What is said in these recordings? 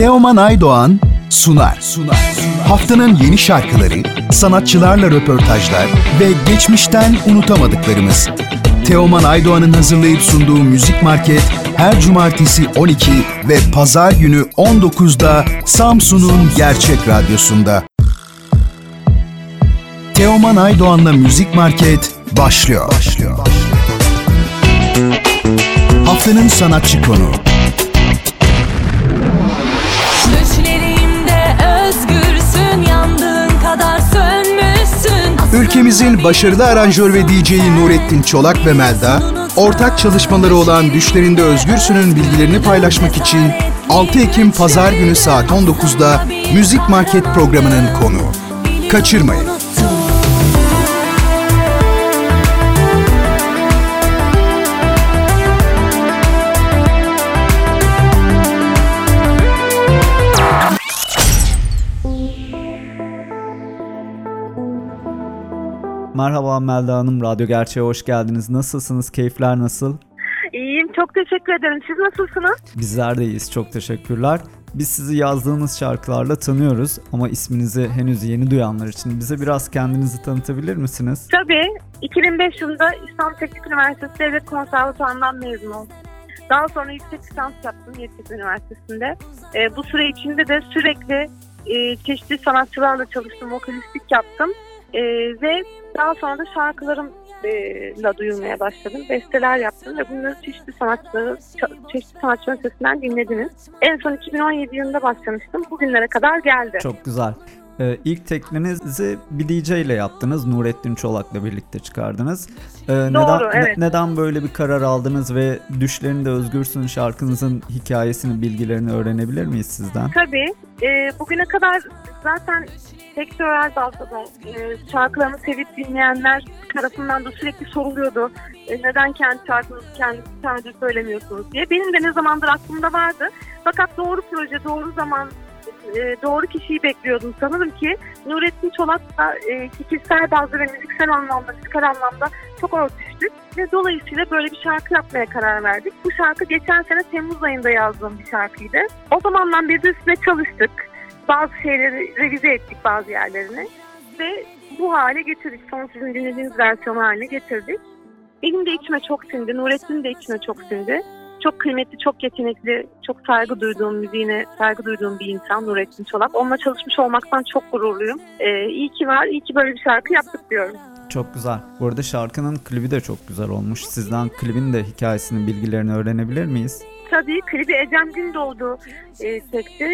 Teoman Aydoğan sunar. Haftanın yeni şarkıları, sanatçılarla röportajlar ve geçmişten unutamadıklarımız. Teoman Aydoğan'ın hazırlayıp sunduğu Müzik Market her cumartesi 12 ve pazar günü 19'da Samsun'un Gerçek Radyosu'nda. Teoman Aydoğan'la Müzik Market başlıyor. Haftanın sanatçı konuğu. Ülkemizin başarılı aranjör ve DJ'i Nurettin Çolak ve Melda, ortak çalışmaları olan Düşlerinde Özgürsün'ün bilgilerini paylaşmak için 6 Ekim Pazar günü saat 19'da Müzik Market programının konuğu. Kaçırmayın. Merhaba Melda Hanım, Radyo Gerçeğe hoş geldiniz. Nasılsınız? Keyifler nasıl? İyiyim, çok teşekkür ederim. Siz nasılsınız? Bizler de iyiyiz, çok teşekkürler. Biz sizi yazdığınız şarkılarla tanıyoruz ama isminizi henüz yeni duyanlar için bize biraz kendinizi tanıtabilir misiniz? Tabii, 2005 yılında İstanbul Teknik Üniversitesi Devlet Konservatuvarı'ndan mezun oldum. Daha sonra yüksek lisans yaptım Yeditepe Üniversitesi'nde. Bu süre içinde de sürekli çeşitli sanatçılarla çalıştım, vokalistlik yaptım. Ve daha sonra da şarkılarımla duyulmaya başladım. Besteler yaptım ve bunları çeşitli sanatçıların sesinden dinlediniz. En son 2017 yılında başlamıştım. Bugünlere kadar geldi. Çok güzel. İlk teklinizi bir DJ ile yaptınız. Nurettin Çolak'la birlikte çıkardınız. Doğru, evet. Neden böyle bir karar aldınız ve Düşlerinde Özgürsün şarkınızın hikayesini, bilgilerini öğrenebilir miyiz sizden? Tabii. Bugüne kadar zaten sektörel bazda da şarkılarını sevip dinleyenler tarafından da sürekli soruluyordu. Neden kendi şarkınızı kendiniz sadece söylemiyorsunuz diye. Benim de ne zamandır aklımda vardı. Fakat doğru proje, doğru zaman, doğru kişiyi bekliyordum. Sanırım ki Nurettin Çolak'la fikirsel bazda ve müziksel anlamda, müzikal anlamda çok örtüştük. Ve dolayısıyla böyle bir şarkı yapmaya karar verdik. Bu şarkı geçen sene Temmuz ayında yazdığım bir şarkıydı. O zamandan beri de üstüne çalıştık. Bazı şeyleri revize ettik, bazı yerlerini. Ve bu hale getirdik. Son sizin dinlediğiniz versiyon haline getirdik. Benim de içime çok sindi. Nurettin de içime çok sindi. Çok kıymetli, çok yetenekli, çok saygı duyduğum, müziğine saygı duyduğum bir insan Nurettin Çolak. Onunla çalışmış olmaktan çok gururluyum. İyi ki var, iyi ki böyle bir şarkı yaptık diyorum. Çok güzel. Bu arada şarkının klibi de çok güzel olmuş. Sizden klibin de hikayesini, bilgilerini öğrenebilir miyiz? Tabii, klibi Ecem Gündoğdu çekti.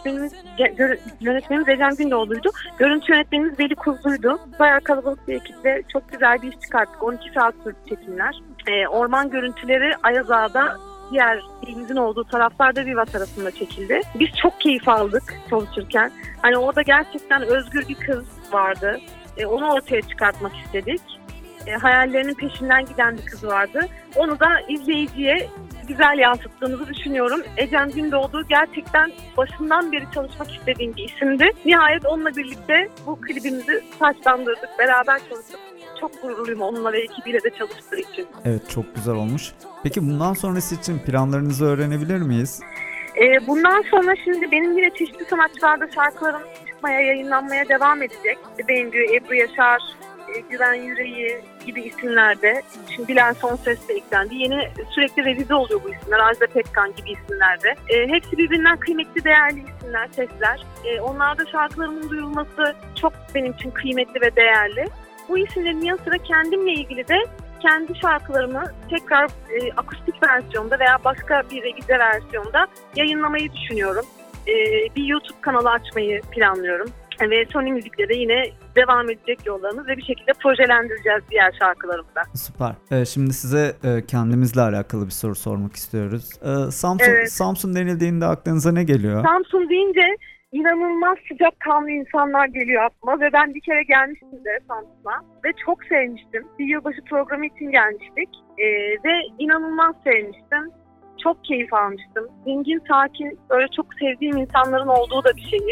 Yönetmenimiz Ecem Gündoğdu'ydu. Görüntü yönetmenimiz Veli Kuzlu'ydu. Bayağı kalabalık bir ekiple çok güzel bir iş çıkarttık. 12 saat sürdü çekimler. Orman görüntüleri Ayaz Ağa'da, diğer ilimizin olduğu taraflarda Viva tarafında çekildi. Biz çok keyif aldık çalışırken. Hani orada gerçekten özgür bir kız vardı. Onu ortaya çıkartmak istedik. Hayallerinin peşinden giden bir kız vardı. Onu da izleyiciye güzel yansıttığımızı düşünüyorum. Ecem Gündoğdu gerçekten başından beri çalışmak istediğim bir isimdi. Nihayet onunla birlikte bu klibimizi taçlandırdık, beraber çalıştık. Çok gururluyum onunla ve ekibiyle de çalıştığı için. Evet, çok güzel olmuş. Peki bundan sonrası için planlarınızı öğrenebilir miyiz? Bundan sonra şimdi benim yine çeşitli sanatçılarda şarkılarım çıkmaya, yayınlanmaya devam edecek. Benim gibi Ebru Yaşar, Güven Yüreği gibi isimlerde. Şimdi Bilal Sonses de eklendi. Yeni sürekli revize oluyor bu isimler. Ajda Pekkan gibi isimlerde. Hepsi birbirinden kıymetli, değerli isimler, sesler. Onlarda şarkılarımın duyulması çok benim için kıymetli ve değerli. Bu isimlerin yanı sıra kendimle ilgili de kendi şarkılarımı tekrar akustik versiyonda veya başka bir revize versiyonda yayınlamayı düşünüyorum. Bir YouTube kanalı açmayı planlıyorum. Ve Sony Müzik'le de yine devam edecek yollarımız ve bir şekilde projelendireceğiz diğer şarkılarımda. Süper. Şimdi size kendimizle alakalı bir soru sormak istiyoruz. Evet. Samsun denildiğinde aklınıza ne geliyor? Samsun deyince inanılmaz sıcakkanlı insanlar geliyor aklıma ve ben bir kere gelmiştim de Samsun'a ve çok sevmiştim. Bir yılbaşı programı için gelmiştik ve inanılmaz sevmiştim. Çok keyif almıştım. Zengin, sakin, böyle çok sevdiğim insanların olduğu da bir şehir.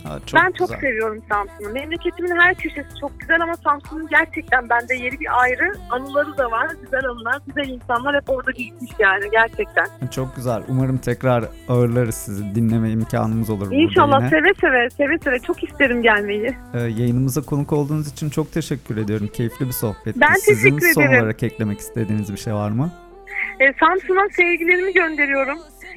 Ben çok seviyorum Samsun'u. Memleketimin her köşesi çok güzel ama Samsun'un gerçekten bende yeri bir ayrı. Anıları da var. Güzel anılar, güzel insanlar hep orada geçmiş yani gerçekten. Çok güzel. Umarım tekrar ağırlarız sizi. Dinleme imkanımız olur burada yine. İnşallah seve seve. Çok isterim gelmeyi. Yayınımıza konuk olduğunuz için çok teşekkür ediyorum. Keyifli bir sohbetti. Ben Sizin teşekkür ederim. son olarak eklemek istediğiniz bir şey var mı? Samsun'a sevgilerimi gönderiyorum.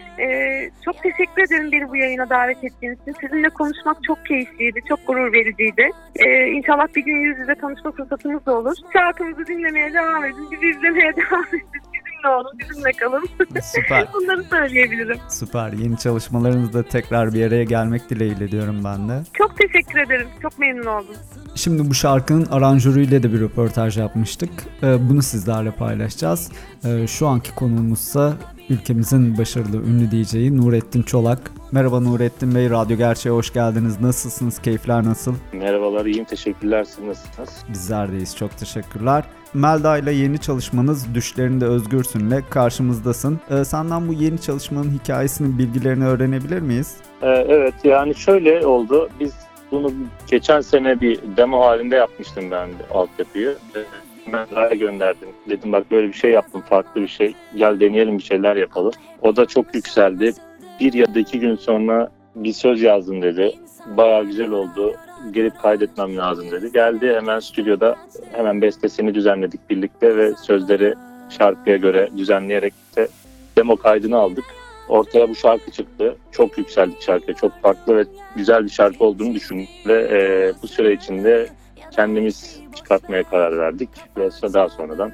Çok teşekkür ederim beni bu yayına davet ettiğiniz için. Sizinle konuşmak çok keyifliydi, çok gurur vericiydi. İnşallah bir gün yüz yüze tanışma fırsatımız da olur. Şarkımızı dinlemeye devam edin, bizi izlemeye devam edin. Bizimle olun, bizimle kalın. Süper. Bunları söyleyebilirim. Süper. Yeni çalışmalarınızda tekrar bir araya gelmek dileğiyle diyorum ben de. Çok teşekkür ederim. Çok memnun oldum. Şimdi bu şarkının aranjörüyle de bir röportaj yapmıştık. Bunu sizlerle paylaşacağız. Şu anki konuğumuzsa ülkemizin başarılı ünlü DJ'i Nurettin Çolak. Merhaba Nurettin Bey, Radyo Gerçeğe hoş geldiniz. Nasılsınız? Keyifler nasıl? Merhabalar, iyiyim. Teşekkürler. Siz nasılsınız? Bizler deyiz. Çok teşekkürler. Melda ile yeni çalışmanız Düşlerinde Özgürsün'le karşımızdasın. Senden bu yeni çalışmanın hikayesinin bilgilerini öğrenebilir miyiz? Evet, yani şöyle oldu. Biz bunu geçen sene bir demo halinde yapmıştım ben altyapıyı. Melda'ya gönderdim. Dedim bak böyle bir şey yaptım, farklı bir şey. Gel deneyelim, bir şeyler yapalım. O da çok yükseldi. 1 ya da 2 gün sonra bir söz yazdım dedi. Bayağı güzel oldu. Gelip kaydetmem lazım dedi. Geldi, hemen stüdyoda hemen bestesini düzenledik birlikte ve sözleri şarkıya göre düzenleyerek de demo kaydını aldık. Ortaya bu şarkı çıktı. Çok yükseldik şarkıya. Çok farklı ve güzel bir şarkı olduğunu düşündüm. Ve bu süre içinde kendimiz çıkartmaya karar verdik. Ve daha sonradan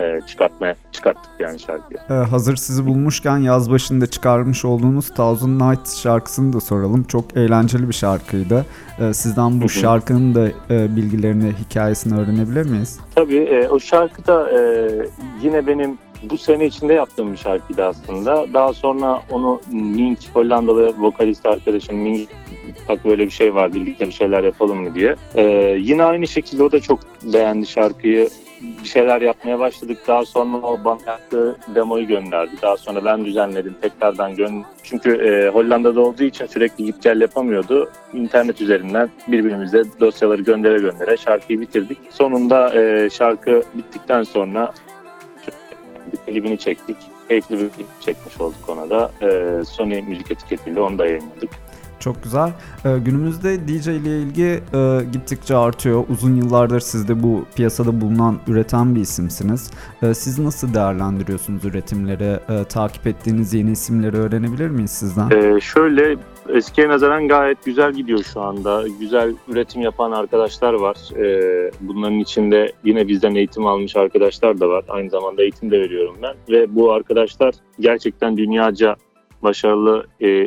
çıkarttık yani şarkıyı. Hazır sizi bulmuşken yaz başında çıkarmış olduğunuz Thousand Nights şarkısını da soralım. Çok eğlenceli bir şarkıydı. Sizden bu şarkının da bilgilerini, hikayesini öğrenebilir miyiz? Tabii o şarkı da yine benim bu sene içinde yaptığım bir şarkıydı aslında. Daha sonra onu Mink, Hollandalı vokalist arkadaşım Mink, bak böyle bir şey var, birlikte bir şeyler yapalım mı diye. Yine aynı şekilde o da çok beğendi şarkıyı. Bir şeyler yapmaya başladık. Daha sonra o bana yaptığı demoyu gönderdi. Daha sonra ben düzenledim. Tekrardan Çünkü Hollanda'da olduğu için sürekli git gel yapamıyordu. İnternet üzerinden birbirimize dosyaları göndere şarkıyı bitirdik. Sonunda şarkı bittikten sonra bir klibini çektik. Keyifli bir klip çekmiş olduk ona da. Sony müzik etiketiyle onu da yayınladık. Çok güzel. Günümüzde DJ ile ilgi gittikçe artıyor. Uzun yıllardır siz de bu piyasada bulunan, üreten bir isimsiniz. Siz nasıl değerlendiriyorsunuz üretimleri? Takip ettiğiniz yeni isimleri öğrenebilir miyiz sizden? Şöyle, eskiye nazaran gayet güzel gidiyor şu anda. Güzel üretim yapan arkadaşlar var. Bunların içinde yine bizden eğitim almış arkadaşlar da var. Aynı zamanda eğitim de veriyorum ben. Ve bu arkadaşlar gerçekten dünyaca başarılı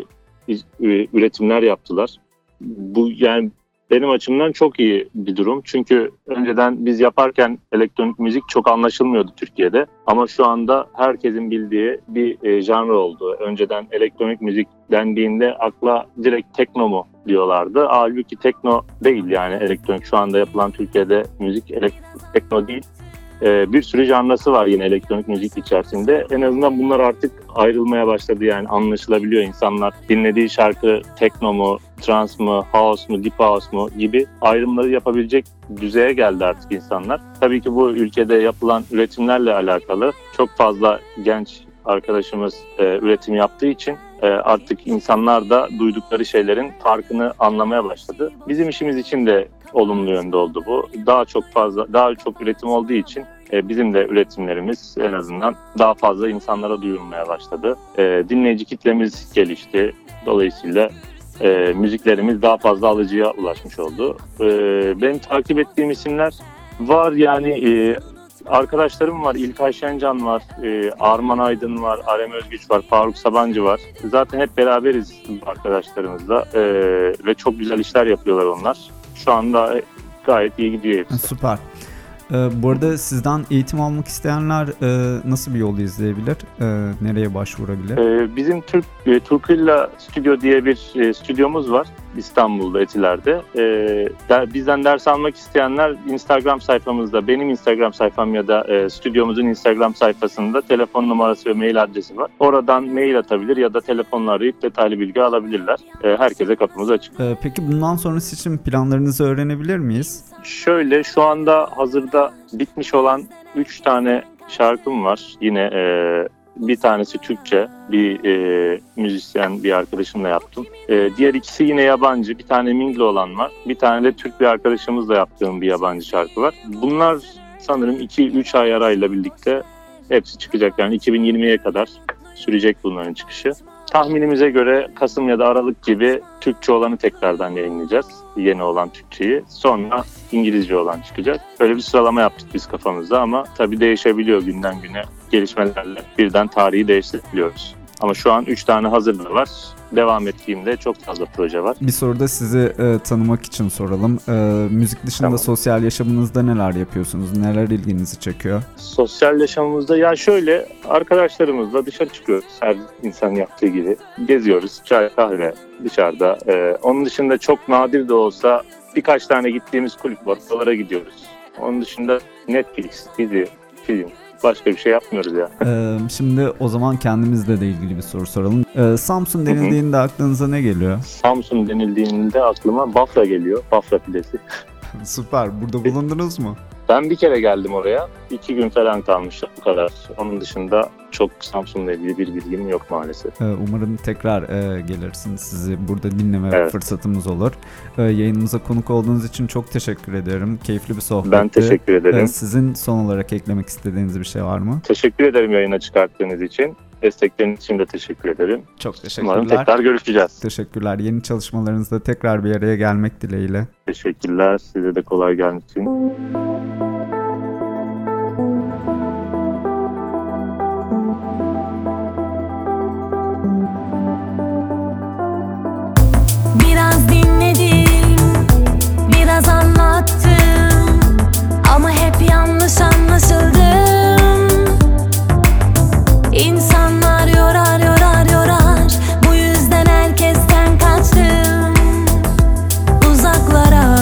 üretimler yaptılar. Bu yani benim açımdan çok iyi bir durum. Çünkü önceden biz yaparken elektronik müzik çok anlaşılmıyordu Türkiye'de. Ama şu anda herkesin bildiği bir janr oldu. Önceden elektronik müzik dendiğinde akla direkt tekno mu diyorlardı. Halbuki tekno değil yani elektronik. Şu anda yapılan Türkiye'de müzik tekno değil. Bir sürü janrası var yine elektronik müzik içerisinde. En azından bunlar artık ayrılmaya başladı, yani anlaşılabiliyor. İnsanlar dinlediği şarkı tekno mu, trance mı, house mu, deep house mu gibi ayrımları yapabilecek düzeye geldi artık insanlar. Tabii ki bu ülkede yapılan üretimlerle alakalı çok fazla genç arkadaşımız üretim yaptığı için artık insanlar da duydukları şeylerin farkını anlamaya başladı. Bizim işimiz için de olumlu yönde oldu bu. Daha çok üretim olduğu için bizim de üretimlerimiz en azından daha fazla insanlara duyurulmaya başladı. Dinleyici kitlemiz gelişti. Dolayısıyla müziklerimiz daha fazla alıcıya ulaşmış oldu. Benim takip ettiğim isimler var yani. Arkadaşlarım var, İlkay Şencan var, Arman Aydın var, Arem Özgüç var, Faruk Sabancı var. Zaten hep beraberiz bu arkadaşlarımızla ve çok güzel işler yapıyorlar onlar. Şu anda gayet iyi gidiyor hepsi. Süper. Bu arada sizden eğitim almak isteyenler nasıl bir yol izleyebilir? Nereye başvurabilir? Bizim Turkilla Stüdyo diye bir stüdyomuz var. İstanbul'da, Etiler'de. Bizden ders almak isteyenler Instagram sayfamızda, benim Instagram sayfam ya da stüdyomuzun Instagram sayfasında telefon numarası ve mail adresi var. Oradan mail atabilir ya da telefonla arayıp detaylı bilgi alabilirler. Herkese kapımız açık. Peki bundan sonrası için planlarınızı öğrenebilir miyiz? Şöyle, şu anda hazırda bitmiş olan 3 tane şarkım var. Yine bir tanesi Türkçe, bir müzisyen bir arkadaşımla yaptım. Diğer ikisi yine yabancı. Bir tane Mingli olan var. Bir tane de Türk bir arkadaşımızla yaptığım bir yabancı şarkı var. Bunlar sanırım 2-3 ay arayla birlikte hepsi çıkacak. Yani 2020'ye kadar sürecek bunların çıkışı. Tahminimize göre Kasım ya da Aralık gibi Türkçe olanı tekrardan yayınlayacağız. Yeni olan Türkçeyi. Sonra İngilizce olan çıkacak. Böyle bir sıralama yaptık biz kafamızda ama tabii değişebiliyor günden güne. Gelişmelerle birden tarihi değiştirebiliyoruz. Ama şu an 3 tane hazırda var. Devam ettiğimde çok fazla proje var. Bir soru da sizi tanımak için soralım. Müzik dışında Tamam. Sosyal yaşamınızda neler yapıyorsunuz? Neler ilginizi çekiyor? Sosyal yaşamımızda ya şöyle, arkadaşlarımızla dışarı çıkıyoruz. Her insan yaptığı gibi. Geziyoruz. Çay, kahve dışarıda. Onun dışında çok nadir de olsa birkaç tane gittiğimiz kulüp var. Oralara gidiyoruz. Onun dışında Netflix, dizi, film. Başka bir şey yapmıyoruz ya. Şimdi o zaman kendimizle de ilgili bir soru soralım. Samsun denildiğinde aklınıza ne geliyor? Samsun denildiğinde aklıma Bafra geliyor. Bafra pidesi. Süper. Burada bulundunuz mu? Ben bir kere geldim oraya. 2 gün falan kalmıştım, bu kadar. Onun dışında çok Samsun'la ilgili bir bilgim yok maalesef. Umarım tekrar gelirsiniz. Sizi burada dinleme Evet. fırsatımız olur. Yayınımıza konuk olduğunuz için çok teşekkür ederim. Keyifli bir sohbetti. Ben teşekkür ederim. Sizin son olarak eklemek istediğiniz bir şey var mı? Teşekkür ederim yayına çıkarttığınız için. Destekleriniz için de teşekkür ederim. Çok teşekkürler. Umarım tekrar görüşeceğiz. Teşekkürler. Yeni çalışmalarınızda tekrar bir araya gelmek dileğiyle. Teşekkürler. Size de kolay gelsin. Biraz dinledim, biraz anlattım ama hep yanlış anlaşıldım. İnsanlar yorar yorar yorar, bu yüzden herkesten kaçtım uzaklara.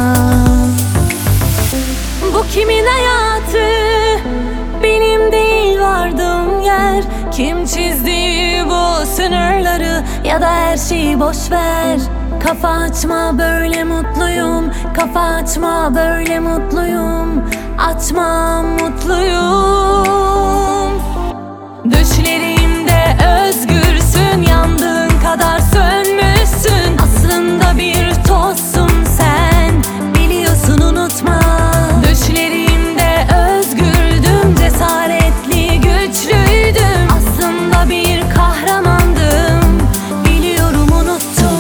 Bu kimin hayatı, benim değil vardığım yer. Kim çizdi bu sınırları ya da her şeyi boş ver. Kafa açma, böyle mutluyum. Kafa açma, böyle mutluyum. Açma, mutluyum. Düşlerimde özgürsün, yandığın kadar sönmüşsün. Aslında bir tozsun sen, biliyorsun unutma. Düşlerimde özgürdüm, cesaretli, güçlüydüm. Aslında bir kahramandım, biliyorum unuttum.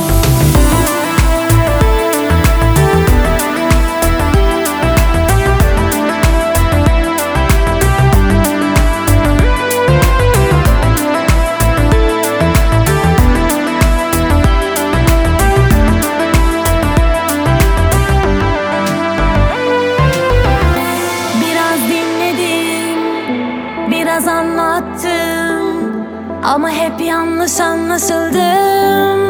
Biraz dinledim, biraz anlattım ama hep yanlış anlaşıldım.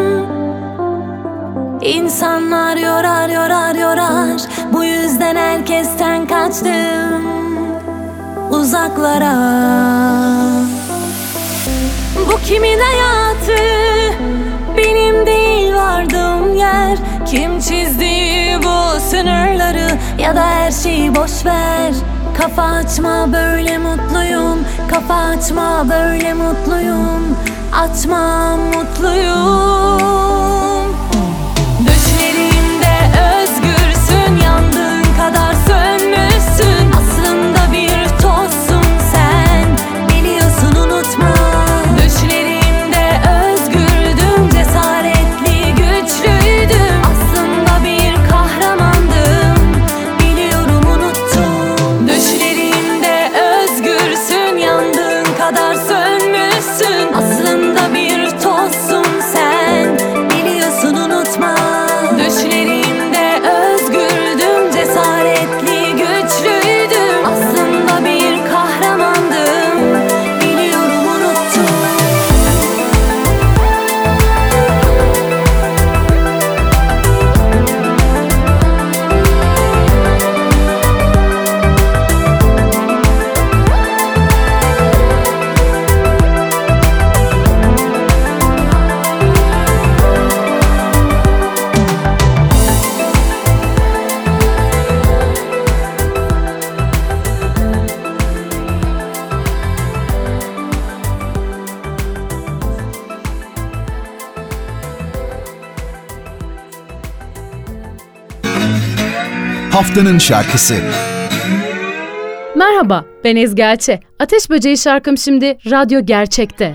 İnsanlar yorar yorar yorar, bu yüzden herkesten kaçtım uzaklara. Bu kimin hayatı, benim değil vardığım yer. Kim çizdi bu sınırları ya da her şeyi boş ver. Kafa açma, böyle mutluyum. Kafa açma, böyle mutluyum. Açma, mutluyum. Düşlerimde özgürsün, yandığın kadar sönmüşsün. Aslında bir tozsun sen, biliyorsun unutma. Düşlerimde özgürdüm, cesaretli, güçlüydüm. Aslında bir kahramandım, biliyorum unuttum. Düşlerimde özgürsün, yandığın kadar sönmüşsün. Aslında bir tozsun sen, biliyorsun Haftanın şarkısı. Merhaba, ben Ezgi Elçe. Ateş Böceği şarkım şimdi Radyo Gerçek'te.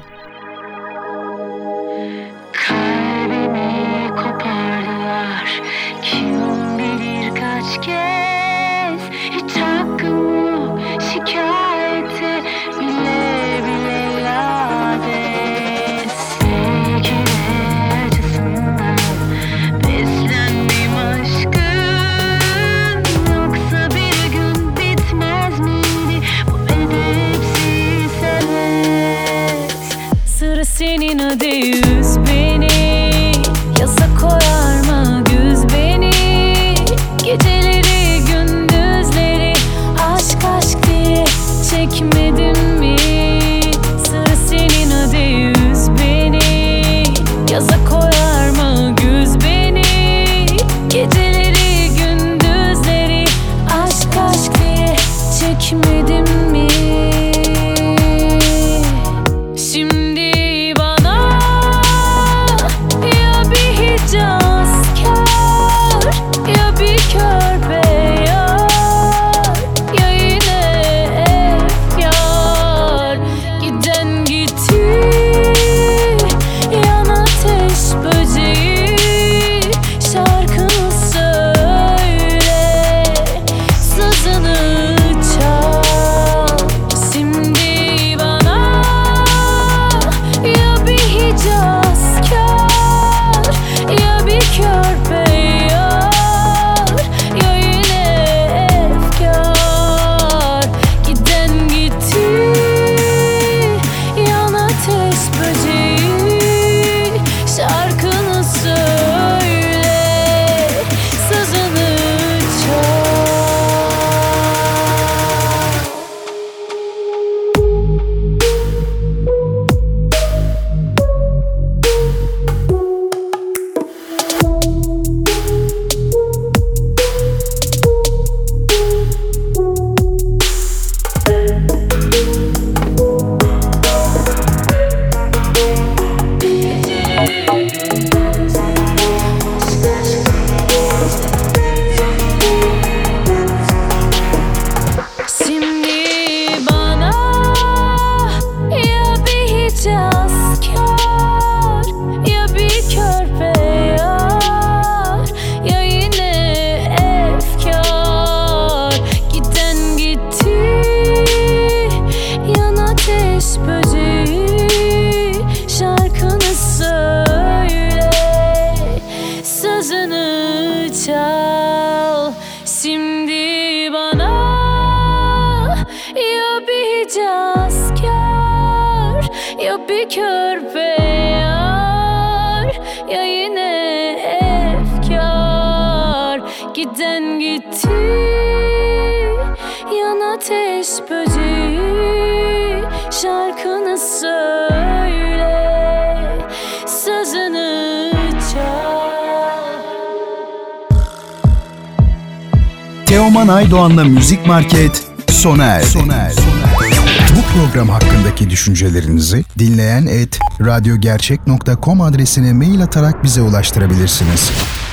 Kalbimi kopardılar, kim bilir kaç kez. Hiç hakkımı şikayete bile bile lades. Belki de acısından beslendim aşkın. Yoksa bir gün bitmez miydi bu edepsiz heves? Sıra senin, hadi üz beni. Yasa koyar mı güz beni? Geceleri gündüzleri aşk aşk diye çekmedin mi? Sıra senin, hadi üz beni. Yasa koyar mı güz beni? Geceleri gündüzleri aşk aşk diye çekmedin mi? Şimdi bana ya bir hicazkar ya bir körpe yar, ya yine efkar. Giden gitti yan ateş böceği, şarkını söyle, sazını çal. Şimdi bana ya bir hicazkar ya bir körpe yar, ya yine efkar. Giden gitti yan ateş böceği, şarkını söyle, sazını çal. Şimdi bana ya bir hicazkar ya bir körpe yar, ya yine efkar. Giden gitti yan ateş böceği, şarkını söyle, sazını çal. Şimdi bana ya bir hicazkar ya bir körpe yar, ya yine efkar. Giden gitti yan ateş böceği, şarkını söyle, sazını çal. Teoman Aydoğan'la Müzik Market sona erdi. Bu program hakkındaki düşüncelerinizi dinleyen @radyogercek.com adresine mail atarak bize ulaştırabilirsiniz.